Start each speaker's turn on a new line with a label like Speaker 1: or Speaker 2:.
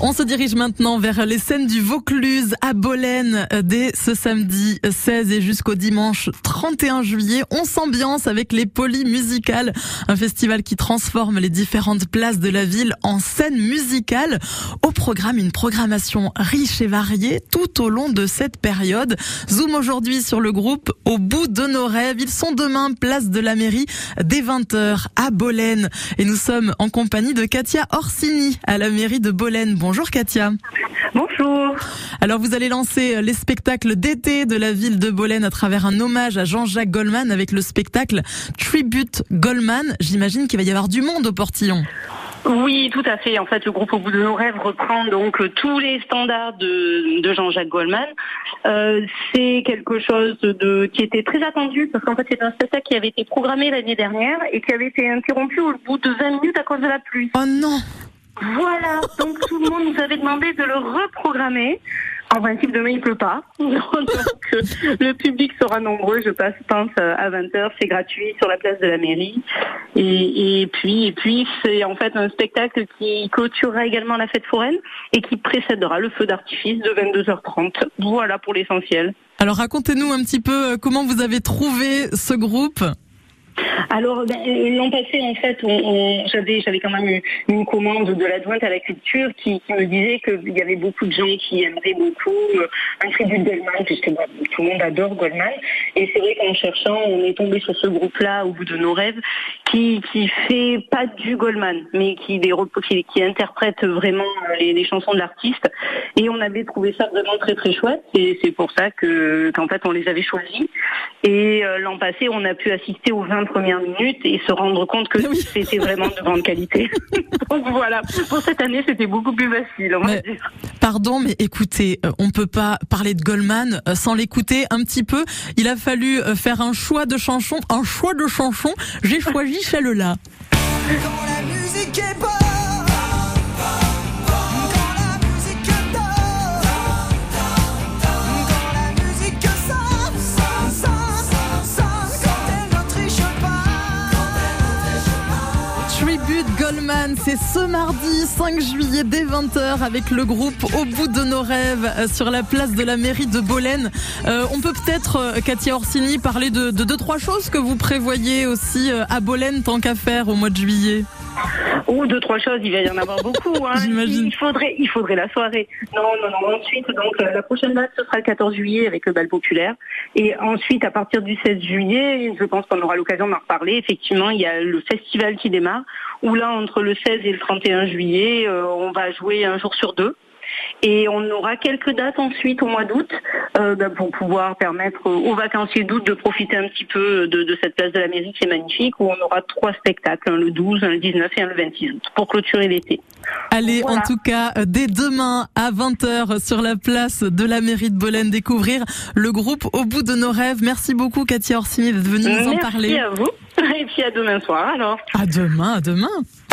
Speaker 1: On se dirige maintenant vers les scènes du Vaucluse à Bolène dès ce samedi 16 et jusqu'au dimanche 31 juillet. On s'ambiance avec les Polymusicales, un festival qui transforme les différentes places de la ville en scène musicale. Au programme, une programmation riche et variée tout au long de cette période. Zoom aujourd'hui sur le groupe Au bout de nos rêves. Ils sont demain place de la mairie dès 20h à Bolène. Et nous sommes en compagnie de Katia Orsini à la mairie de Bolène. Bonjour Katia.
Speaker 2: Bonjour.
Speaker 1: Alors vous allez lancer les spectacles d'été de la ville de Bolène à travers un hommage à Jean-Jacques Goldman avec le spectacle Tribute Goldman. J'imagine qu'il va y avoir du monde au portillon.
Speaker 2: Oui, tout à fait. En fait, le groupe Au bout de nos rêves reprend donc tous les standards de Jean-Jacques Goldman. C'est quelque chose qui était très attendu parce qu'en fait, c'est un spectacle qui avait été programmé l'année dernière et qui avait été interrompu au bout de 20 minutes à cause de la pluie.
Speaker 1: Oh non!
Speaker 2: Voilà, donc tout le monde nous avait demandé de le reprogrammer. En principe, demain, il pleut pas. Donc, le public sera nombreux, je pense, à 20h. C'est gratuit sur la place de la mairie. Et puis, c'est en fait un spectacle qui clôturera également la fête foraine et qui précédera le feu d'artifice de 22h30. Voilà pour l'essentiel.
Speaker 1: Alors, racontez-nous un petit peu comment vous avez trouvé ce groupe.
Speaker 2: Alors, l'an passé, en fait, j'avais quand même eu une commande de l'adjointe à la culture qui me disait qu'il y avait beaucoup de gens qui aimeraient beaucoup un tribut de Goldman, puisque tout le monde adore Goldman. Et c'est vrai qu'en cherchant, on est tombé sur ce groupe-là, Au bout de nos rêves, qui fait pas du Goldman, mais qui interprète vraiment les chansons de l'artiste. Et on avait trouvé ça vraiment très très chouette. Et c'est pour ça qu'en fait, on les avait choisis. Et l'an passé, on a pu assister aux 20 premières minutes et se rendre compte que c'était vraiment de grande qualité. Donc voilà, pour cette année, c'était beaucoup plus facile, on va dire.
Speaker 1: Pardon, mais écoutez, on peut pas parler de Goldman sans l'écouter un petit peu. Il a fallu faire un choix de chansons. J'ai choisi celle-là.
Speaker 3: Quand la musique est bonne.
Speaker 1: Tribute Goldman, c'est ce mardi 5 juillet dès 20h avec le groupe Au bout de nos rêves sur la place de la mairie de Bolène. On peut peut-être, Katia Orsini, parler de 2-3 choses que vous prévoyez aussi à Bolène tant qu'à faire au mois de juillet.
Speaker 2: Ou 2-3 choses, il va y en avoir beaucoup. Hein.
Speaker 1: J'imagine.
Speaker 2: Il faudrait la soirée. Non. Ensuite, donc la prochaine date, ce sera le 14 juillet avec le bal populaire. Et ensuite, à partir du 16 juillet, je pense qu'on aura l'occasion d'en reparler. Effectivement, il y a le festival qui démarre, où là, entre le 16 et le 31 juillet, on va jouer un jour sur 2. Et on aura quelques dates ensuite au mois d'août pour pouvoir permettre aux vacanciers d'août de profiter un petit peu de cette place de la mairie qui est magnifique, où on aura 3 spectacles, le 12, le 19 et le 26 août, pour clôturer l'été.
Speaker 1: Allez,
Speaker 2: voilà.
Speaker 1: En tout cas, dès demain à 20h sur la place de la mairie de Bolène, découvrir le groupe Au bout de nos rêves. Merci beaucoup Katia Orsini d'être venue nous en parler.
Speaker 2: Merci à vous, et puis à demain soir alors.
Speaker 1: À demain.